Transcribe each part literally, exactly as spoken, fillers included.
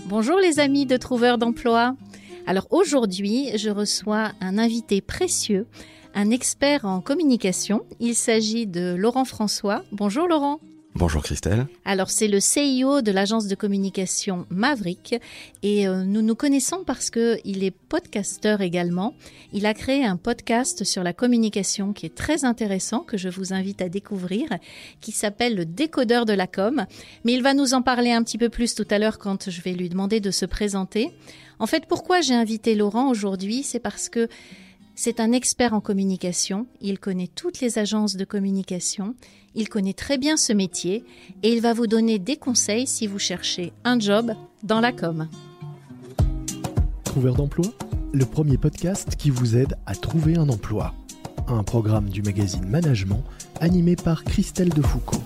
Bonjour les amis de Trouveurs d'emploi. Alors aujourd'hui, je reçois un invité précieux, un expert en communication. Il s'agit de Laurent François. Bonjour Laurent. Bonjour Christelle. Alors c'est le C I O de l'agence de communication Maverick et euh, nous nous connaissons parce qu'il est podcasteur également. Il a créé un podcast sur la communication qui est très intéressant, que je vous invite à découvrir, qui s'appelle Le Décodeur de la com. Mais il va nous en parler un petit peu plus tout à l'heure quand je vais lui demander de se présenter. En fait, pourquoi j'ai invité Laurent aujourd'hui, c'est parce que c'est un expert en communication, il connaît toutes les agences de communication, il connaît très bien ce métier et il va vous donner des conseils si vous cherchez un job dans la com. Trouveurs d'emploi, le premier podcast qui vous aide à trouver un emploi. Un programme du magazine Management animé par Christelle Defoucault.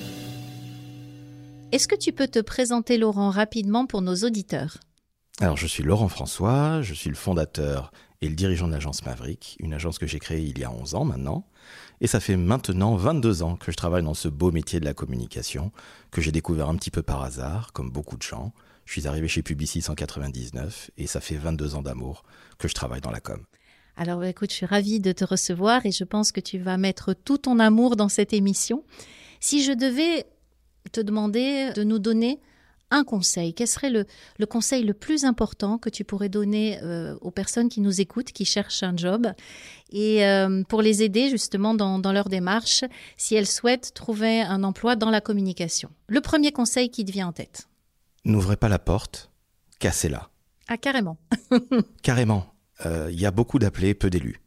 Est-ce que tu peux te présenter, Laurent, rapidement pour nos auditeurs ? Alors, je suis Laurent François, je suis le fondateur et le dirigeant de l'agence Maverick, une agence que j'ai créée il y a onze ans maintenant. Et ça fait maintenant vingt-deux ans que je travaille dans ce beau métier de la communication, que j'ai découvert un petit peu par hasard, comme beaucoup de gens. Je suis arrivé chez Publicis en quatre-vingt-dix-neuf et ça fait vingt-deux ans d'amour que je travaille dans la com. Alors écoute, je suis ravie de te recevoir et je pense que tu vas mettre tout ton amour dans cette émission. Si je devais te demander de nous donner un conseil, quel serait le, le conseil le plus important que tu pourrais donner euh, aux personnes qui nous écoutent, qui cherchent un job, et euh, pour les aider justement dans, dans leur démarche, si elles souhaitent trouver un emploi dans la communication. Le premier conseil qui te vient en tête. N'ouvrez pas la porte, cassez-la. Ah, carrément. Carrément. Il euh, y a beaucoup d'appelés, peu d'élus.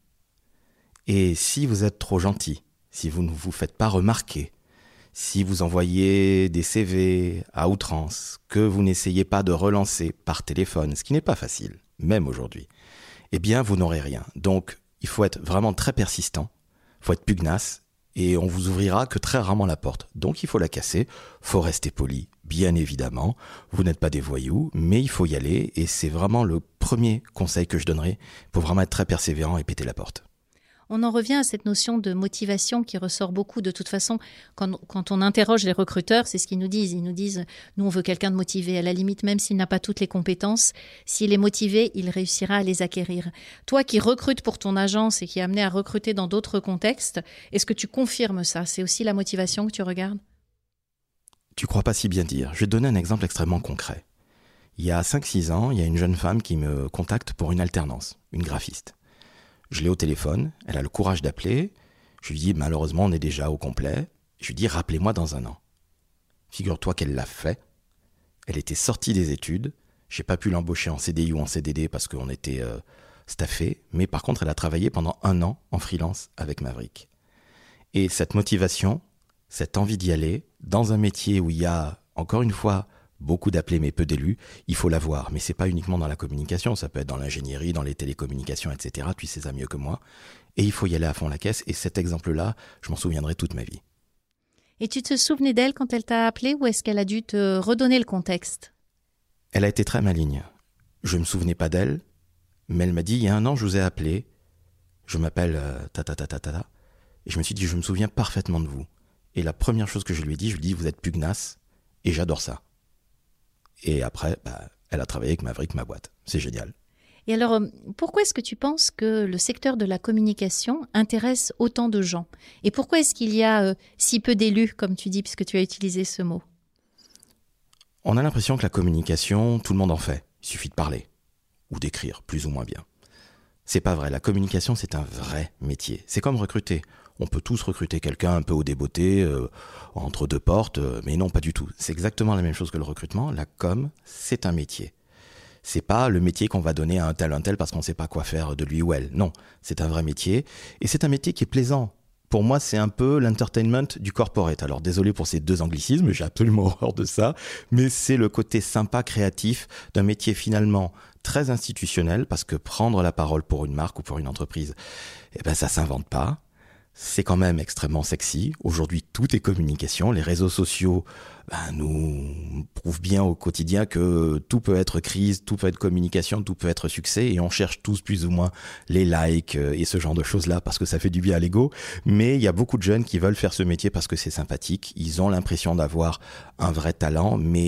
Et si vous êtes trop gentil, si vous ne vous faites pas remarquer, si vous envoyez des C V à outrance, que vous n'essayez pas de relancer par téléphone, ce qui n'est pas facile, même aujourd'hui, eh bien, vous n'aurez rien. Donc, il faut être vraiment très persistant, il faut être pugnace, et on vous ouvrira que très rarement la porte. Donc, il faut la casser, il faut rester poli, bien évidemment. Vous n'êtes pas des voyous, mais il faut y aller, et c'est vraiment le premier conseil que je donnerai. Il faut vraiment être très persévérant et péter la porte. On en revient à cette notion de motivation qui ressort beaucoup. De toute façon, quand, quand on interroge les recruteurs, c'est ce qu'ils nous disent. Ils nous disent, nous, on veut quelqu'un de motivé. À la limite, même s'il n'a pas toutes les compétences, s'il est motivé, il réussira à les acquérir. Toi qui recrutes pour ton agence et qui es amené à recruter dans d'autres contextes, est-ce que tu confirmes ça ? C'est aussi la motivation que tu regardes ? Tu crois pas si bien dire. Je vais te donner un exemple extrêmement concret. Il y a cinq six ans, il y a une jeune femme qui me contacte pour une alternance, une graphiste. Je l'ai au téléphone, elle a le courage d'appeler. Je lui dis, malheureusement, on est déjà au complet. Je lui dis, rappelez-moi dans un an. Figure-toi qu'elle l'a fait. Elle était sortie des études. J'ai pas pu l'embaucher en C D I ou en C D D parce qu'on était euh, staffé. Mais par contre, elle a travaillé pendant un an en freelance avec Maverick. Et cette motivation, cette envie d'y aller, dans un métier où il y a, encore une fois, beaucoup d'appelés mais peu d'élus, il faut l'avoir. Mais c'est pas uniquement dans la communication, ça peut être dans l'ingénierie, dans les télécommunications, et cetera. Tu sais ça mieux que moi. Et il faut y aller à fond la caisse. Et cet exemple-là, je m'en souviendrai toute ma vie. Et tu te souvenais d'elle quand elle t'a appelé ou est-ce qu'elle a dû te redonner le contexte ? Elle a été très maligne. Je ne me souvenais pas d'elle, mais elle m'a dit, il y a un an, je vous ai appelé. Je m'appelle euh, ta ta ta ta ta ta. Et je me suis dit, je me souviens parfaitement de vous. Et la première chose que je lui ai dit, je lui ai dit, vous êtes pugnace et j'adore ça. Et après, bah, elle a travaillé avec Maverick, ma boîte. C'est génial. Et alors, pourquoi est-ce que tu penses que le secteur de la communication intéresse autant de gens ? Et pourquoi est-ce qu'il y a euh, si peu d'élus, comme tu dis, puisque tu as utilisé ce mot ? On a l'impression que la communication, tout le monde en fait. Il suffit de parler ou d'écrire, plus ou moins bien. C'est pas vrai. La communication, c'est un vrai métier. C'est comme recruter. On peut tous recruter quelqu'un un peu au débeauté, euh, entre deux portes, euh, mais non, pas du tout. C'est exactement la même chose que le recrutement. La com, c'est un métier. C'est pas le métier qu'on va donner à un tel, un tel parce qu'on sait pas quoi faire de lui ou elle. Non, c'est un vrai métier. Et c'est un métier qui est plaisant. Pour moi, c'est un peu l'entertainment du corporate. Alors, désolé pour ces deux anglicismes, j'ai absolument horreur de ça, mais c'est le côté sympa, créatif d'un métier finalement très institutionnel, parce que prendre la parole pour une marque ou pour une entreprise, eh ben, ça s'invente pas. C'est quand même extrêmement sexy. Aujourd'hui, tout est communication. Les réseaux sociaux ben, nous prouvent bien au quotidien que tout peut être crise, tout peut être communication, tout peut être succès. Et on cherche tous plus ou moins les likes et ce genre de choses-là parce que ça fait du bien à l'ego. Mais il y a beaucoup de jeunes qui veulent faire ce métier parce que c'est sympathique. Ils ont l'impression d'avoir un vrai talent, mais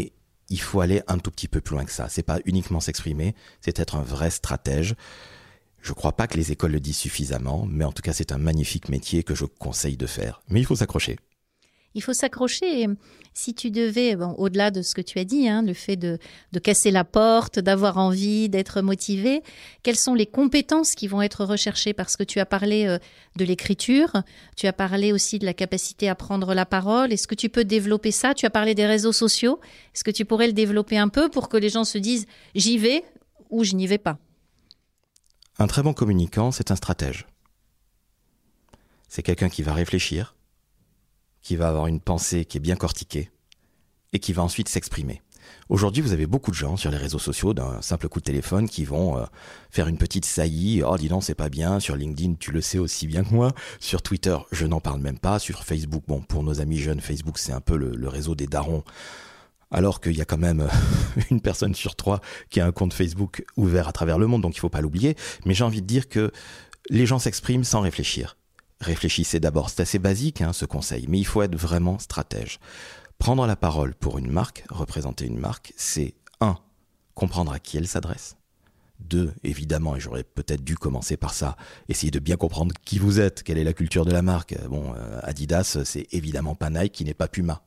il faut aller un tout petit peu plus loin que ça. C'est pas uniquement s'exprimer, c'est être un vrai stratège. Je crois pas que les écoles le disent suffisamment, mais en tout cas, c'est un magnifique métier que je conseille de faire. Mais il faut s'accrocher. Il faut s'accrocher. Si tu devais, bon, au-delà de ce que tu as dit, hein, le fait de, de casser la porte, d'avoir envie, d'être motivé, quelles sont les compétences qui vont être recherchées? Parce que tu as parlé euh, de l'écriture, tu as parlé aussi de la capacité à prendre la parole. Est-ce que tu peux développer ça? Tu as parlé des réseaux sociaux. Est-ce que tu pourrais le développer un peu pour que les gens se disent « j'y vais » ou « je n'y vais pas ». Un très bon communicant, c'est un stratège. C'est quelqu'un qui va réfléchir, qui va avoir une pensée qui est bien cortiquée et qui va ensuite s'exprimer. Aujourd'hui, vous avez beaucoup de gens sur les réseaux sociaux d'un simple coup de téléphone qui vont euh, faire une petite saillie. Oh, dis donc, c'est pas bien. Sur LinkedIn, tu le sais aussi bien que moi. Sur Twitter, je n'en parle même pas. Sur Facebook, bon, pour nos amis jeunes, Facebook, c'est un peu le, le réseau des darons. Alors qu'il y a quand même une personne sur trois qui a un compte Facebook ouvert à travers le monde, donc il ne faut pas l'oublier. Mais j'ai envie de dire que les gens s'expriment sans réfléchir. Réfléchissez d'abord, c'est assez basique hein, ce conseil, mais il faut être vraiment stratège. Prendre la parole pour une marque, représenter une marque, c'est un, comprendre à qui elle s'adresse. Deux, évidemment, et j'aurais peut-être dû commencer par ça, essayer de bien comprendre qui vous êtes, quelle est la culture de la marque. Bon, euh, Adidas, c'est évidemment pas Nike, qui n'est pas Puma.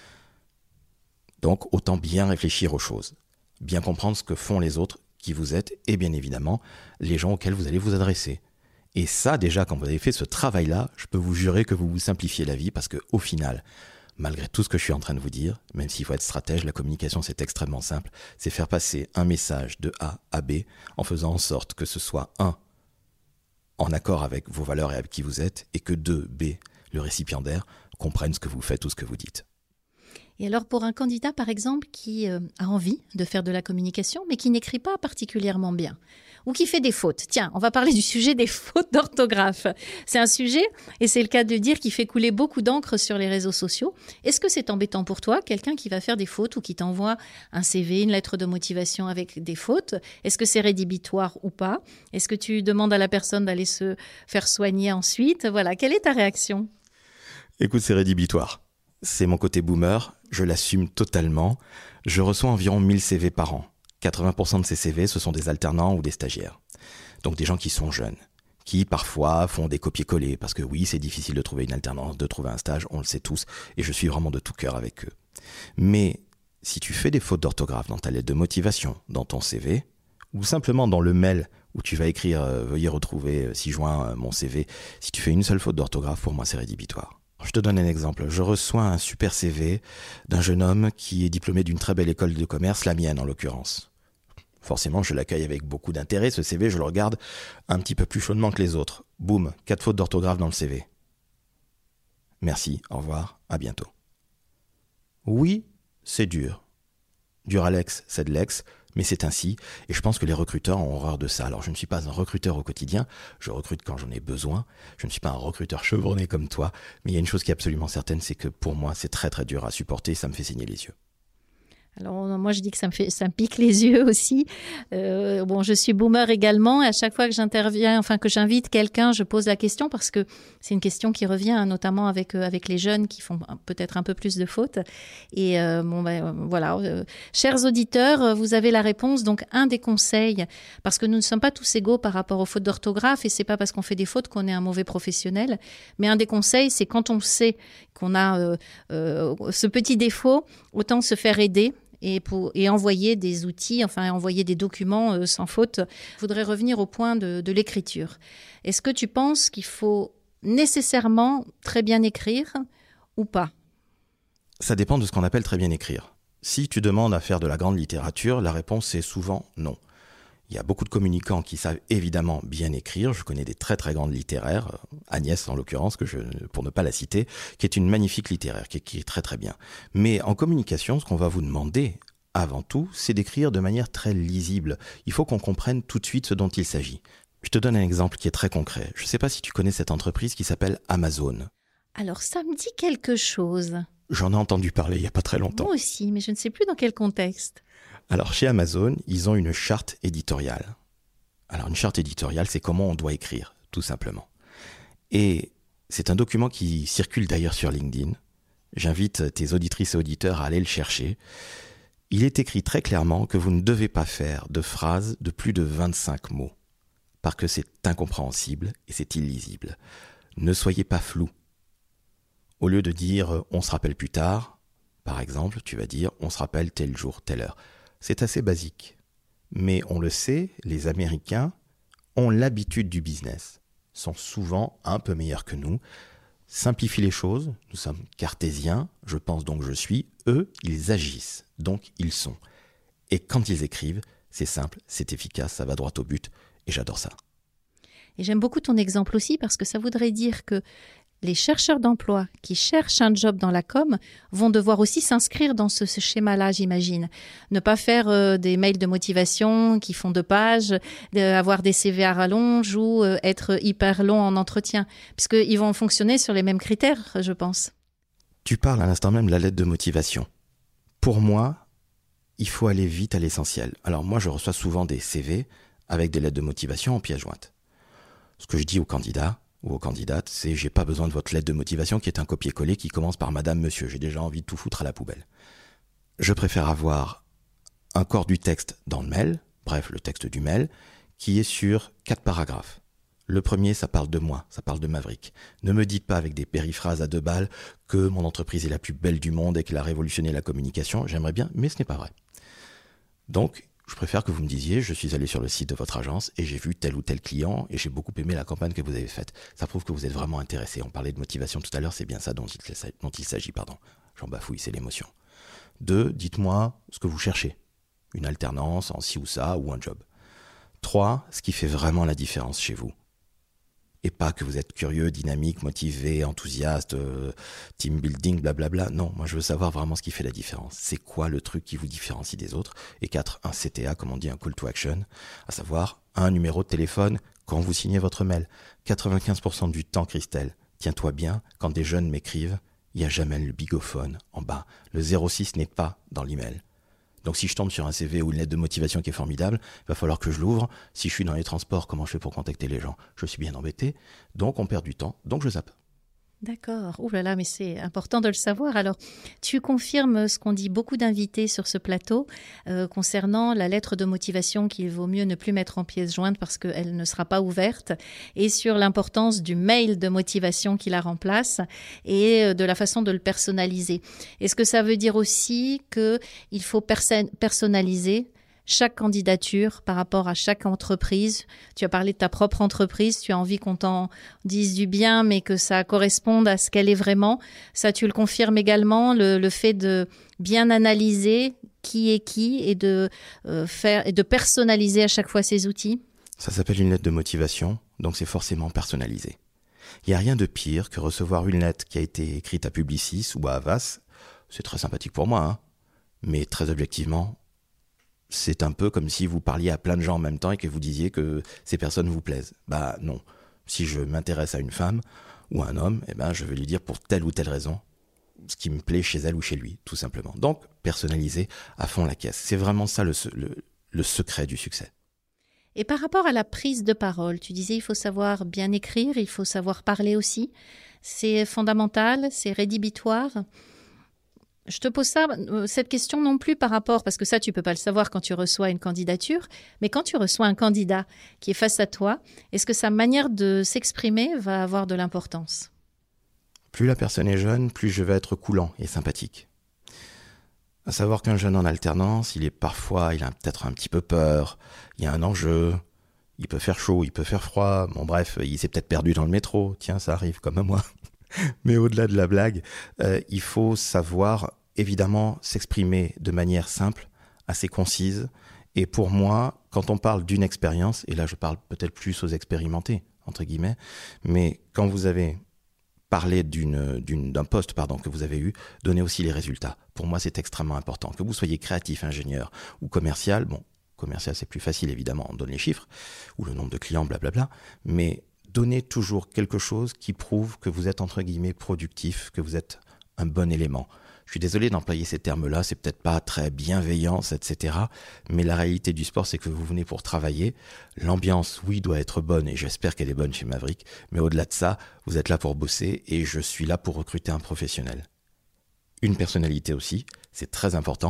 Donc autant bien réfléchir aux choses, bien comprendre ce que font les autres, qui vous êtes, et bien évidemment, les gens auxquels vous allez vous adresser. Et ça, déjà, quand vous avez fait ce travail-là, je peux vous jurer que vous vous simplifiez la vie parce qu'au final, malgré tout ce que je suis en train de vous dire, même s'il faut être stratège, la communication, c'est extrêmement simple. C'est faire passer un message de A à B en faisant en sorte que ce soit un, en accord avec vos valeurs et avec qui vous êtes, et que deux, B, le récipiendaire, comprenne ce que vous faites ou ce que vous dites. Et alors pour un candidat, par exemple, qui euh, a envie de faire de la communication, mais qui n'écrit pas particulièrement bien, ou qui fait des fautes. Tiens, on va parler du sujet des fautes d'orthographe. C'est un sujet, et c'est le cas de dire, qui fait couler beaucoup d'encre sur les réseaux sociaux. Est-ce que c'est embêtant pour toi, quelqu'un qui va faire des fautes ou qui t'envoie un C V, une lettre de motivation avec des fautes? Est-ce que c'est rédhibitoire ou pas? Est-ce que tu demandes à la personne d'aller se faire soigner ensuite? Voilà, quelle est ta réaction? Écoute, c'est rédhibitoire. C'est mon côté boomer, je l'assume totalement. Je reçois environ mille C V par an. quatre-vingts pour cent de ces C V, ce sont des alternants ou des stagiaires. Donc des gens qui sont jeunes, qui parfois font des copier-coller, parce que oui, c'est difficile de trouver une alternance, de trouver un stage, on le sait tous, et je suis vraiment de tout cœur avec eux. Mais si tu fais des fautes d'orthographe dans ta lettre de motivation, dans ton C V, ou simplement dans le mail où tu vas écrire euh, « Veuillez retrouver euh, ci-joint euh, mon C V », si tu fais une seule faute d'orthographe, pour moi c'est rédhibitoire. Je te donne un exemple. Je reçois un super C V d'un jeune homme qui est diplômé d'une très belle école de commerce, la mienne en l'occurrence. Forcément, je l'accueille avec beaucoup d'intérêt. Ce C V, je le regarde un petit peu plus chaudement que les autres. Boum, quatre fautes d'orthographe dans le C V. Merci, au revoir, à bientôt. Oui, c'est dur. Dur à l'ex, c'est de l'ex, mais c'est ainsi. Et je pense que les recruteurs ont horreur de ça. Alors, je ne suis pas un recruteur au quotidien. Je recrute quand j'en ai besoin. Je ne suis pas un recruteur chevronné comme toi. Mais il y a une chose qui est absolument certaine, c'est que pour moi, c'est très très dur à supporter et ça me fait saigner les yeux. Alors moi je dis que ça me fait, ça me pique les yeux aussi. Euh, bon, je suis boomer également. Et à chaque fois que j'interviens, enfin que j'invite quelqu'un, je pose la question parce que c'est une question qui revient, hein, notamment avec euh, avec les jeunes qui font peut-être un peu plus de fautes. Et euh, bon ben voilà, euh, chers auditeurs, vous avez la réponse. Donc un des conseils, parce que nous ne sommes pas tous égaux par rapport aux fautes d'orthographe, et c'est pas parce qu'on fait des fautes qu'on est un mauvais professionnel. Mais un des conseils, c'est quand on sait qu'on a euh, euh, ce petit défaut, autant se faire aider. Et, pour, et envoyer des outils, enfin envoyer des documents euh, sans faute. Je voudrais revenir au point de, de l'écriture. Est-ce que tu penses qu'il faut nécessairement très bien écrire ou pas? Ça dépend de ce qu'on appelle très bien écrire. Si tu demandes à faire de la grande littérature, la réponse est souvent non. Il y a beaucoup de communicants qui savent évidemment bien écrire. Je connais des très très grandes littéraires, Agnès en l'occurrence, que je, pour ne pas la citer, qui est une magnifique littéraire, qui écrit très très bien. Mais en communication, ce qu'on va vous demander avant tout, c'est d'écrire de manière très lisible. Il faut qu'on comprenne tout de suite ce dont il s'agit. Je te donne un exemple qui est très concret. Je ne sais pas si tu connais cette entreprise qui s'appelle Amazon. Alors ça me dit quelque chose. J'en ai entendu parler il n'y a pas très longtemps. Moi aussi, mais je ne sais plus dans quel contexte. Alors, chez Amazon, ils ont une charte éditoriale. Alors, une charte éditoriale, c'est comment on doit écrire, tout simplement. Et c'est un document qui circule d'ailleurs sur LinkedIn. J'invite tes auditrices et auditeurs à aller le chercher. il est écrit très clairement que vous ne devez pas faire de phrases de plus de vingt-cinq mots, parce que c'est incompréhensible et c'est illisible. Ne soyez pas flou. Au lieu de dire « on se rappelle plus tard », par exemple, tu vas dire « on se rappelle tel jour, telle heure ». C'est assez basique. Mais on le sait, les Américains ont l'habitude du business, sont souvent un peu meilleurs que nous, simplifient les choses, nous sommes cartésiens, je pense donc je suis, eux, ils agissent, donc ils sont. Et quand ils écrivent, c'est simple, c'est efficace, ça va droit au but, et j'adore ça. Et j'aime beaucoup ton exemple aussi parce que ça voudrait dire que les chercheurs d'emploi qui cherchent un job dans la com vont devoir aussi s'inscrire dans ce, ce schéma-là, j'imagine. Ne pas faire euh, des mails de motivation qui font deux pages, euh, avoir des C V à rallonge ou euh, être hyper long en entretien, puisqu'ils vont fonctionner sur les mêmes critères, je pense. Tu parles à l'instant même de la lettre de motivation. Pour moi, il faut aller vite à l'essentiel. Alors moi, je reçois souvent des C V avec des lettres de motivation en pièce jointe. Ce que je dis aux candidats ou aux candidates, c'est « j'ai pas besoin de votre lettre de motivation qui est un copier-coller qui commence par Madame, Monsieur, j'ai déjà envie de tout foutre à la poubelle. » Je préfère avoir un corps du texte dans le mail, bref, le texte du mail, qui est sur quatre paragraphes. Le premier, ça parle de moi, ça parle de Maverick. Ne me dites pas avec des périphrases à deux balles que mon entreprise est la plus belle du monde et qu'elle a révolutionné la communication, j'aimerais bien, mais ce n'est pas vrai. Donc, je préfère que vous me disiez, je suis allé sur le site de votre agence et j'ai vu tel ou tel client et j'ai beaucoup aimé la campagne que vous avez faite. Ça prouve que vous êtes vraiment intéressé. On parlait de motivation tout à l'heure, c'est bien ça dont il, dont il s'agit, pardon. J'en bafouille, c'est l'émotion. Deux, dites-moi ce que vous cherchez. Une alternance en ci ou ça ou un job. Trois, ce qui fait vraiment la différence chez vous. Et pas que vous êtes curieux, dynamique, motivé, enthousiaste, euh, team building, blablabla. Non, moi je veux savoir vraiment ce qui fait la différence. C'est quoi le truc qui vous différencie des autres? Et quatre, un C T A, comme on dit, un call to action, à savoir un numéro de téléphone quand vous signez votre mail. quatre-vingt-quinze pour cent du temps, Christelle, tiens-toi bien, quand des jeunes m'écrivent, il n'y a jamais le bigophone en bas. Le zéro six n'est pas dans l'email. Donc si je tombe sur un C V ou une lettre de motivation qui est formidable, il va falloir que je l'ouvre. Si je suis dans les transports, comment je fais pour contacter les gens? Je suis bien embêté, donc on perd du temps, donc je zappe. D'accord. Ouh là là, mais c'est important de le savoir. Alors, tu confirmes ce qu'ont dit beaucoup d'invités sur ce plateau euh, concernant la lettre de motivation qu'il vaut mieux ne plus mettre en pièce jointe parce qu'elle ne sera pas ouverte, et sur l'importance du mail de motivation qui la remplace et de la façon de le personnaliser. Est-ce que ça veut dire aussi qu'il faut perso- personnaliser chaque candidature par rapport à chaque entreprise? Tu as parlé de ta propre entreprise, tu as envie qu'on t'en dise du bien, mais que ça corresponde à ce qu'elle est vraiment. Ça, tu le confirmes également, le, le fait de bien analyser qui est qui et de, euh, faire, et de personnaliser à chaque fois ces outils? Ça s'appelle une lettre de motivation, donc c'est forcément personnalisé. Il n'y a rien de pire que recevoir une lettre qui a été écrite à Publicis ou à Havas. C'est très sympathique pour moi, hein, mais très objectivement, c'est un peu comme si vous parliez à plein de gens en même temps et que vous disiez que ces personnes vous plaisent. Bah non. Si je m'intéresse à une femme ou à un homme, eh ben, je vais lui dire pour telle ou telle raison ce qui me plaît chez elle ou chez lui, tout simplement. Donc, personnaliser à fond la caisse. C'est vraiment ça le, le, le secret du succès. Et par rapport à la prise de parole, tu disais il faut savoir bien écrire, il faut savoir parler aussi. C'est fondamental, c'est rédhibitoire. Je te pose ça, cette question non plus par rapport, parce que ça, tu peux pas le savoir quand tu reçois une candidature, mais quand tu reçois un candidat qui est face à toi, est-ce que sa manière de s'exprimer va avoir de l'importance? Plus la personne est jeune, plus je vais être coulant et sympathique. À savoir qu'un jeune en alternance, il est parfois, il a peut-être un petit peu peur, il y a un enjeu, il peut faire chaud, il peut faire froid, bon bref, il s'est peut-être perdu dans le métro, tiens, ça arrive comme à moi. Mais au-delà de la blague, euh, il faut savoir évidemment s'exprimer de manière simple, assez concise. Et pour moi, quand on parle d'une expérience, et là je parle peut-être plus aux expérimentés, entre guillemets, mais quand vous avez parlé d'une, d'une, d'un poste pardon, que vous avez eu, donnez aussi les résultats. Pour moi, c'est extrêmement important. Que vous soyez créatif, ingénieur ou commercial, bon, commercial c'est plus facile évidemment, on donne les chiffres, ou le nombre de clients, blablabla, mais donnez toujours quelque chose qui prouve que vous êtes, entre guillemets, productif, que vous êtes un bon élément. Je suis désolé d'employer ces termes-là, c'est peut-être pas très bienveillant, et cetera. Mais la réalité du sport, c'est que vous venez pour travailler. L'ambiance, oui, doit être bonne, et j'espère qu'elle est bonne chez Maverick. Mais au-delà de ça, vous êtes là pour bosser, et je suis là pour recruter un professionnel. Une personnalité aussi, c'est très important.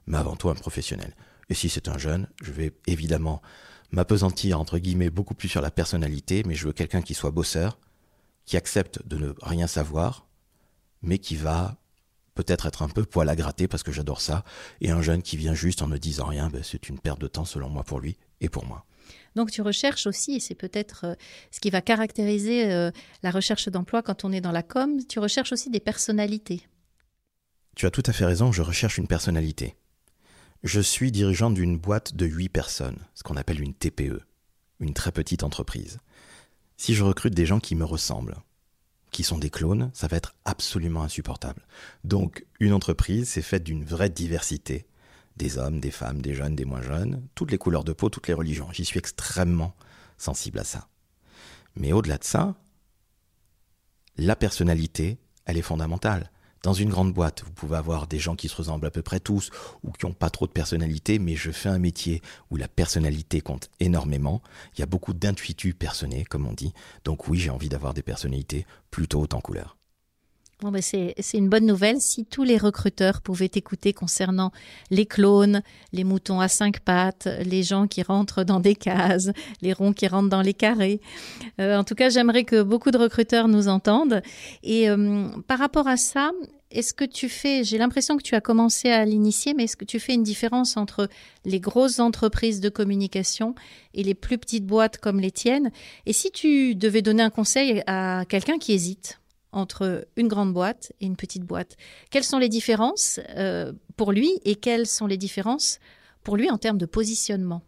mais avant tout un professionnel. Et si c'est un jeune, je vais évidemment m'appesantir, entre guillemets, beaucoup plus sur la personnalité, mais je veux quelqu'un qui soit bosseur, qui accepte de ne rien savoir, mais qui va peut-être être un peu poil à gratter, parce que j'adore ça, et un jeune qui vient juste en ne disant rien, ben c'est une perte de temps selon moi pour lui et pour moi. Donc tu recherches aussi, et c'est peut-être euh, ce qui va caractériser euh, la recherche d'emploi quand on est dans la com, tu recherches aussi des personnalités. Tu as tout à fait raison, je recherche une personnalité. Je suis dirigeant d'une boîte de huit personnes, ce qu'on appelle une T P E, une très petite entreprise. Si je recrute des gens qui me ressemblent, qui sont des clones, ça va être absolument insupportable. Donc une entreprise, c'est faite d'une vraie diversité, des hommes, des femmes, des jeunes, des moins jeunes, toutes les couleurs de peau, toutes les religions. J'y suis extrêmement sensible à ça. Mais au-delà de ça, la personnalité, elle est fondamentale. Dans une grande boîte, vous pouvez avoir des gens qui se ressemblent à peu près tous ou qui n'ont pas trop de personnalité, mais je fais un métier où la personnalité compte énormément. Il y a beaucoup d'intuitus personnés, comme on dit. Donc oui, j'ai envie d'avoir des personnalités plutôt hautes en couleur. Bon ben c'est, c'est une bonne nouvelle. Si tous les recruteurs pouvaient écouter concernant les clones, les moutons à cinq pattes, les gens qui rentrent dans des cases, les ronds qui rentrent dans les carrés. Euh, en tout cas, j'aimerais que beaucoup de recruteurs nous entendent. Et euh, par rapport à ça, est-ce que tu fais, j'ai l'impression que tu as commencé à l'initier, mais est-ce que tu fais une différence entre les grosses entreprises de communication et les plus petites boîtes comme les tiennes? Et si tu devais donner un conseil à quelqu'un qui hésite entre une grande boîte et une petite boîte, quelles sont les différences euh, pour lui et quelles sont les différences pour lui en termes de positionnement?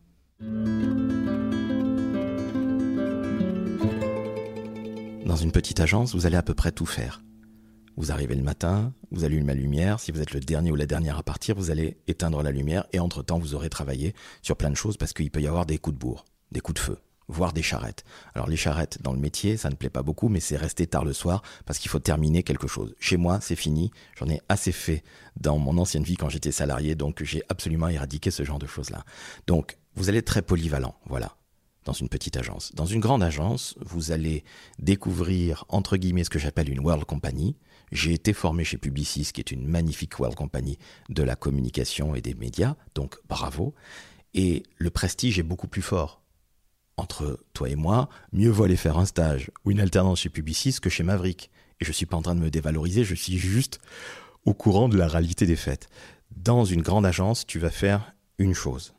Dans une petite agence, vous allez à peu près tout faire. Vous arrivez le matin, vous allumez la lumière, si vous êtes le dernier ou la dernière à partir, vous allez éteindre la lumière et entre-temps, vous aurez travaillé sur plein de choses parce qu'il peut y avoir des coups de bourre, des coups de feu, voire des charrettes. Alors les charrettes dans le métier, ça ne plaît pas beaucoup, mais c'est rester tard le soir parce qu'il faut terminer quelque chose. Chez moi, c'est fini, j'en ai assez fait dans mon ancienne vie quand j'étais salarié, donc j'ai absolument éradiqué ce genre de choses-là. Donc, vous allez être très polyvalent, voilà, dans une petite agence. Dans une grande agence, vous allez découvrir, entre guillemets, ce que j'appelle une world company. J'ai été formé chez Publicis, qui est une magnifique world company de la communication et des médias, donc bravo. Et le prestige est beaucoup plus fort. Entre toi et moi, mieux vaut aller faire un stage ou une alternance chez Publicis que chez Maverick. Et je ne suis pas en train de me dévaloriser, je suis juste au courant de la réalité des faits. Dans une grande agence, tu vas faire une chose.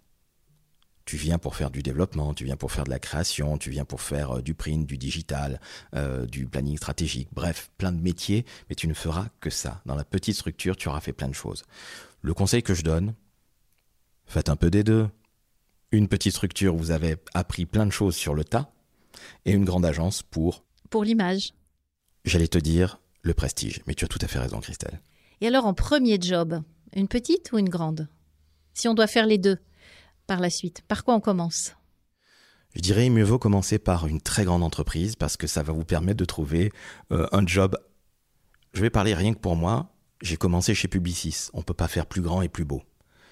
Tu viens pour faire du développement, tu viens pour faire de la création, tu viens pour faire euh, du print, du digital, euh, du planning stratégique, bref, plein de métiers, mais tu ne feras que ça. Dans la petite structure, tu auras fait plein de choses. Le conseil que je donne, faites un peu des deux. Une petite structure, vous avez appris plein de choses sur le tas, et une grande agence pour... Pour l'image. J'allais te dire le prestige, mais tu as tout à fait raison, Christelle. Et alors, en premier job, une petite ou une grande? Si on doit faire les deux par la suite, par quoi on commence? Je dirais mieux vaut commencer par une très grande entreprise parce que ça va vous permettre de trouver euh, un job. Je vais parler rien que pour moi. J'ai commencé chez Publicis. On ne peut pas faire plus grand et plus beau.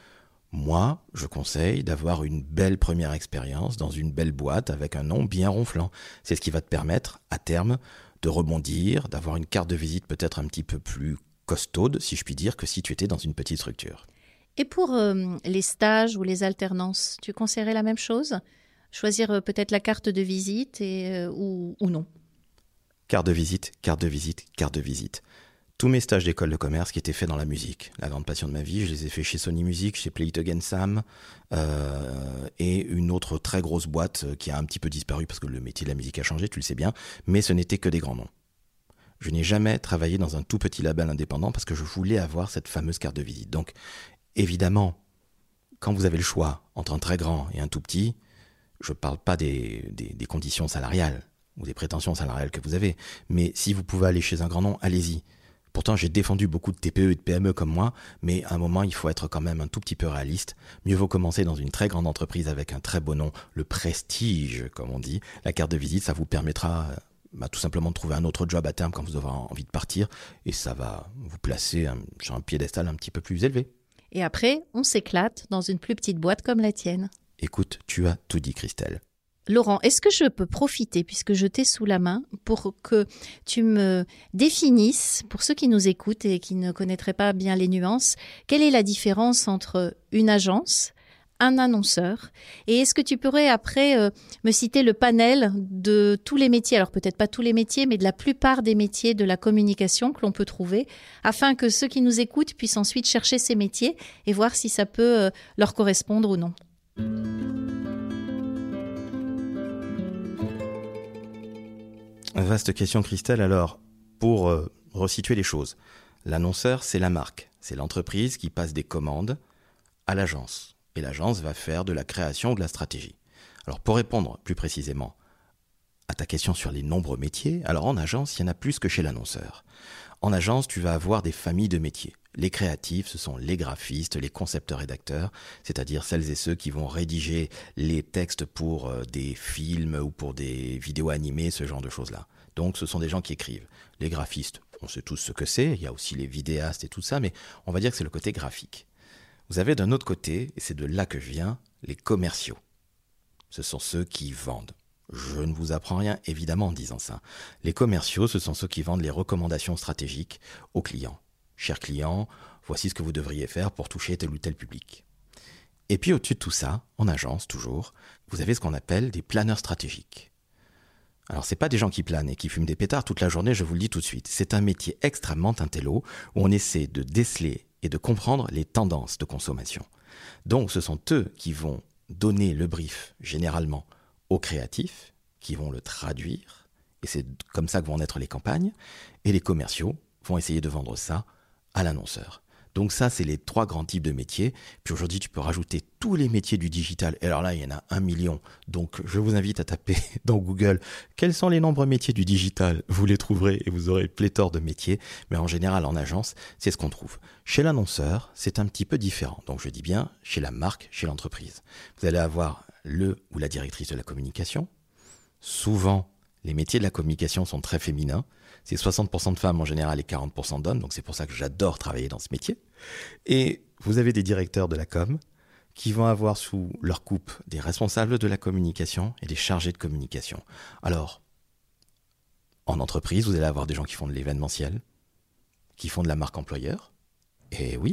Moi, je conseille d'avoir une belle première expérience dans une belle boîte avec un nom bien ronflant. C'est ce qui va te permettre, à terme, de rebondir, d'avoir une carte de visite peut-être un petit peu plus costaude, si je puis dire, que si tu étais dans une petite structure. Et pour euh, les stages ou les alternances, tu conseillerais la même chose? Choisir euh, peut-être la carte de visite et, euh, ou, ou non? Carte de visite, carte de visite, carte de visite. Tous mes stages d'école de commerce qui étaient faits dans la musique, la grande passion de ma vie, je les ai faits chez Sony Music, chez Play It Again Sam, euh, et une autre très grosse boîte qui a un petit peu disparu parce que le métier de la musique a changé, tu le sais bien, mais ce n'était que des grands noms. Je n'ai jamais travaillé dans un tout petit label indépendant parce que je voulais avoir cette fameuse carte de visite. Donc, évidemment, quand vous avez le choix entre un très grand et un tout petit, je ne parle pas des, des, des conditions salariales ou des prétentions salariales que vous avez, mais si vous pouvez aller chez un grand nom, allez-y. Pourtant, j'ai défendu beaucoup de T P E et de P M E comme moi, mais à un moment, il faut être quand même un tout petit peu réaliste. Mieux vaut commencer dans une très grande entreprise avec un très beau nom, le prestige, comme on dit. La carte de visite, ça vous permettra bah, tout simplement de trouver un autre job à terme quand vous aurez envie de partir, et ça va vous placer un, sur un piédestal un petit peu plus élevé. Et après, on s'éclate dans une plus petite boîte comme la tienne. Écoute, tu as tout dit, Christelle. Laurent, est-ce que je peux profiter, puisque je t'ai sous la main, pour que tu me définisses, pour ceux qui nous écoutent et qui ne connaîtraient pas bien les nuances, quelle est la différence entre une agence, un annonceur, et est-ce que tu pourrais après euh, me citer le panel de tous les métiers, alors peut-être pas tous les métiers, mais de la plupart des métiers de la communication que l'on peut trouver, afin que ceux qui nous écoutent puissent ensuite chercher ces métiers et voir si ça peut euh, leur correspondre ou non. Vaste question, Christelle. Alors, pour euh, resituer les choses, l'annonceur, c'est la marque. C'est l'entreprise qui passe des commandes à l'agence. Et l'agence va faire de la création ou de la stratégie. Alors, pour répondre plus précisément à ta question sur les nombreux métiers, alors en agence, il y en a plus que chez l'annonceur. En agence, tu vas avoir des familles de métiers. Les créatifs, ce sont les graphistes, les concepteurs-rédacteurs, c'est-à-dire celles et ceux qui vont rédiger les textes pour euh, des films ou pour des vidéos animées, ce genre de choses-là. Donc ce sont des gens qui écrivent. Les graphistes, on sait tous ce que c'est, il y a aussi les vidéastes et tout ça, mais on va dire que c'est le côté graphique. Vous avez d'un autre côté, et c'est de là que je viens, les commerciaux. Ce sont ceux qui vendent. Je ne vous apprends rien, évidemment, en disant ça. Les commerciaux, ce sont ceux qui vendent les recommandations stratégiques aux clients. Chers clients, voici ce que vous devriez faire pour toucher tel ou tel public. Et puis au-dessus de tout ça, en agence toujours, vous avez ce qu'on appelle des planeurs stratégiques. Alors c'est pas des gens qui planent et qui fument des pétards toute la journée, je vous le dis tout de suite. C'est un métier extrêmement intello où on essaie de déceler et de comprendre les tendances de consommation. Donc ce sont eux qui vont donner le brief généralement aux créatifs, qui vont le traduire, et c'est comme ça que vont naître les campagnes, et les commerciaux vont essayer de vendre ça à l'annonceur. Donc ça, c'est les trois grands types de métiers. Puis aujourd'hui, tu peux rajouter tous les métiers du digital. Et alors là, il y en a un million. Donc je vous invite à taper dans Google quels sont les nombreux métiers du digital. Vous les trouverez et vous aurez pléthore de métiers. Mais en général, en agence, c'est ce qu'on trouve. Chez l'annonceur, c'est un petit peu différent. Donc je dis bien chez la marque, chez l'entreprise. Vous allez avoir le ou la directrice de la communication. Souvent, les métiers de la communication sont très féminins. C'est soixante pour cent de femmes en général et quarante pour cent d'hommes, donc c'est pour ça que j'adore travailler dans ce métier. Et vous avez des directeurs de la com qui vont avoir sous leur coupe des responsables de la communication et des chargés de communication. Alors, en entreprise, vous allez avoir des gens qui font de l'événementiel, qui font de la marque employeur, et oui,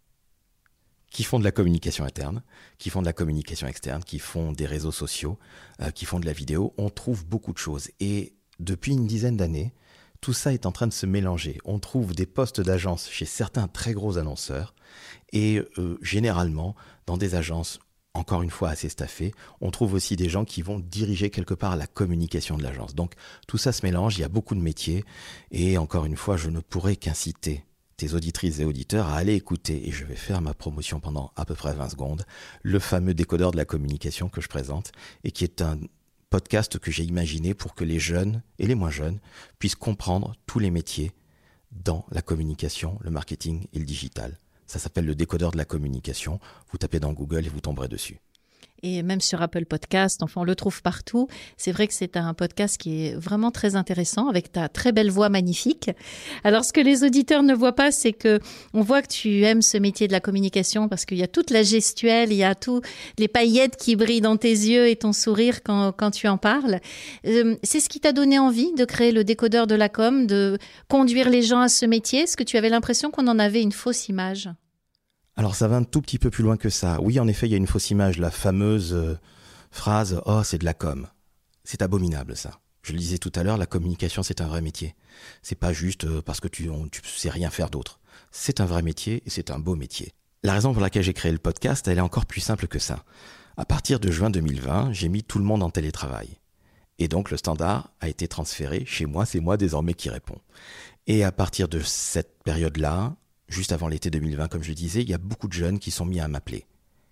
qui font de la communication interne, qui font de la communication externe, qui font des réseaux sociaux, euh, qui font de la vidéo. On trouve beaucoup de choses. Et depuis une dizaine d'années, tout ça est en train de se mélanger. On trouve des postes d'agence chez certains très gros annonceurs et euh, généralement, dans des agences, encore une fois assez staffées, on trouve aussi des gens qui vont diriger quelque part la communication de l'agence. Donc tout ça se mélange, il y a beaucoup de métiers et encore une fois, je ne pourrais qu'inciter tes auditrices et auditeurs à aller écouter, et je vais faire ma promotion pendant à peu près vingt secondes, le fameux décodeur de la communication que je présente et qui est un podcast que j'ai imaginé pour que les jeunes et les moins jeunes puissent comprendre tous les métiers dans la communication, le marketing et le digital. Ça s'appelle le décodeur de la communication. Vous tapez dans Google et vous tomberez dessus. Et même sur Apple Podcast, enfin on le trouve partout. C'est vrai que c'est un podcast qui est vraiment très intéressant avec ta très belle voix magnifique. Alors ce que les auditeurs ne voient pas, c'est que on voit que tu aimes ce métier de la communication parce qu'il y a toute la gestuelle, il y a tous les paillettes qui brillent dans tes yeux et ton sourire quand, quand tu en parles. Euh, c'est ce qui t'a donné envie de créer le décodeur de la com, de conduire les gens à ce métier. Est-ce que tu avais l'impression qu'on en avait une fausse image ? Alors ça va un tout petit peu plus loin que ça. Oui, en effet, il y a une fausse image, la fameuse euh, phrase « Oh, c'est de la com ». C'est abominable, ça. Je le disais tout à l'heure, la communication, c'est un vrai métier. C'est pas juste euh, parce que tu, on, tu sais rien faire d'autre. C'est un vrai métier et c'est un beau métier. La raison pour laquelle j'ai créé le podcast, elle est encore plus simple que ça. À partir de juin deux mille vingt, j'ai mis tout le monde en télétravail. Et donc le standard a été transféré chez moi, c'est moi désormais qui réponds. Et à partir de cette période-là, juste avant l'été deux mille vingt, comme je le disais, il y a beaucoup de jeunes qui sont mis à m'appeler.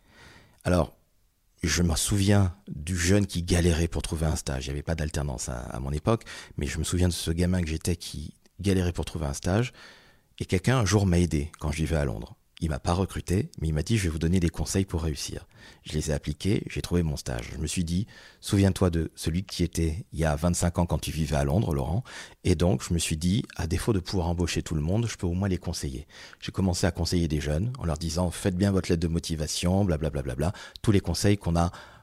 Alors, je me souviens du jeune qui galérait pour trouver un stage. Il n'y avait pas d'alternance à, à mon époque, mais je me souviens de ce gamin que j'étais qui galérait pour trouver un stage. Et quelqu'un, un jour, m'a aidé quand je vivais à Londres. Il m'a pas recruté, mais il m'a dit « je vais vous donner des conseils pour réussir ». Je les ai appliqués, j'ai trouvé mon stage. Je me suis dit « souviens-toi de celui qui était il y a vingt-cinq ans quand tu vivais à Londres, Laurent ». Et donc, je me suis dit, à défaut de pouvoir embaucher tout le monde, je peux au moins les conseiller. J'ai commencé à conseiller des jeunes en leur disant « faites bien votre lettre de motivation, blablabla », tous les conseils qu'on a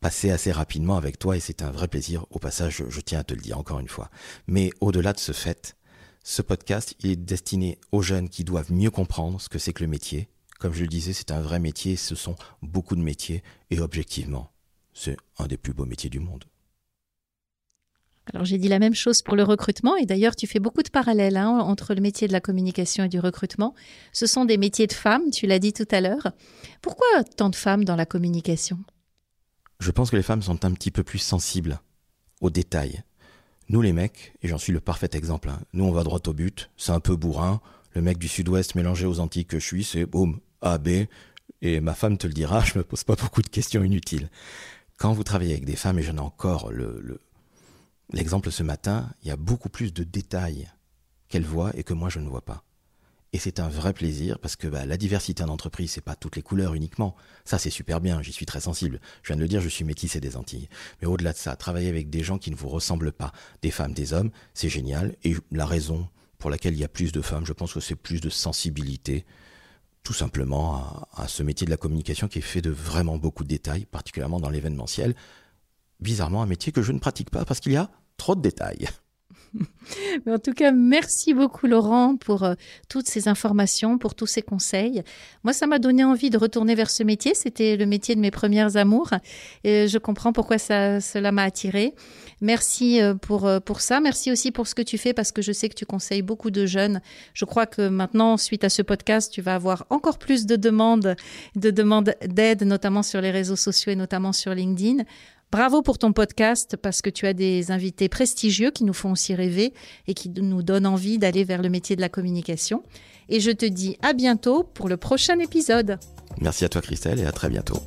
passé assez rapidement avec toi et c'est un vrai plaisir. Au passage, je, je tiens à te le dire encore une fois. Mais au-delà de ce fait, ce podcast il est destiné aux jeunes qui doivent mieux comprendre ce que c'est que le métier. Comme je le disais, c'est un vrai métier, ce sont beaucoup de métiers et objectivement, c'est un des plus beaux métiers du monde. Alors j'ai dit la même chose pour le recrutement et d'ailleurs tu fais beaucoup de parallèles hein, entre le métier de la communication et du recrutement. Ce sont des métiers de femmes, tu l'as dit tout à l'heure. Pourquoi tant de femmes dans la communication ? Je pense que les femmes sont un petit peu plus sensibles aux détails. Nous les mecs, et j'en suis le parfait exemple, hein, nous on va droit au but, c'est un peu bourrin, le mec du sud-ouest mélangé aux Antilles que je suis, c'est boum, A, B, et ma femme te le dira, je me pose pas beaucoup de questions inutiles. Quand vous travaillez avec des femmes, et j'en ai encore le... le L'exemple ce matin, il y a beaucoup plus de détails qu'elles voient et que moi je ne vois pas. Et c'est un vrai plaisir parce que bah, la diversité en entreprise, c'est pas toutes les couleurs uniquement. Ça c'est super bien, j'y suis très sensible. Je viens de le dire, je suis métissé des Antilles. Mais au-delà de ça, travailler avec des gens qui ne vous ressemblent pas, des femmes, des hommes, c'est génial. Et la raison pour laquelle il y a plus de femmes, je pense que c'est plus de sensibilité, tout simplement à, à ce métier de la communication qui est fait de vraiment beaucoup de détails, particulièrement dans l'événementiel. Bizarrement, un métier que je ne pratique pas parce qu'il y a trop de détails. Mais en tout cas, merci beaucoup Laurent pour euh, toutes ces informations, pour tous ces conseils. Moi, ça m'a donné envie de retourner vers ce métier. C'était le métier de mes premières amours. Et je comprends pourquoi ça, cela m'a attirée. Merci euh, pour, euh, pour ça. Merci aussi pour ce que tu fais parce que je sais que tu conseilles beaucoup de jeunes. Je crois que maintenant, suite à ce podcast, tu vas avoir encore plus de demandes, de demandes d'aide, notamment sur les réseaux sociaux et notamment sur LinkedIn. Bravo pour ton podcast parce que tu as des invités prestigieux qui nous font aussi rêver et qui nous donnent envie d'aller vers le métier de la communication. Et je te dis à bientôt pour le prochain épisode. Merci à toi Christelle et à très bientôt.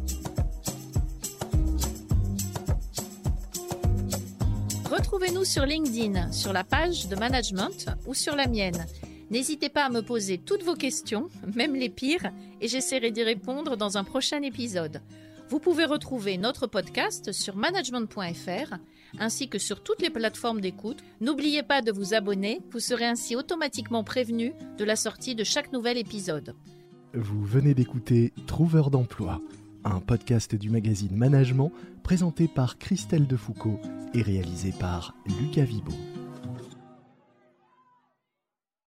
Retrouvez-nous sur LinkedIn, sur la page de management ou sur la mienne. N'hésitez pas à me poser toutes vos questions, même les pires, et j'essaierai d'y répondre dans un prochain épisode. Vous pouvez retrouver notre podcast sur management point f r ainsi que sur toutes les plateformes d'écoute. N'oubliez pas de vous abonner, vous serez ainsi automatiquement prévenu de la sortie de chaque nouvel épisode. Vous venez d'écouter Trouveur d'emploi, un podcast du magazine Management présenté par Christelle Defoucault et réalisé par Lucas Vibo.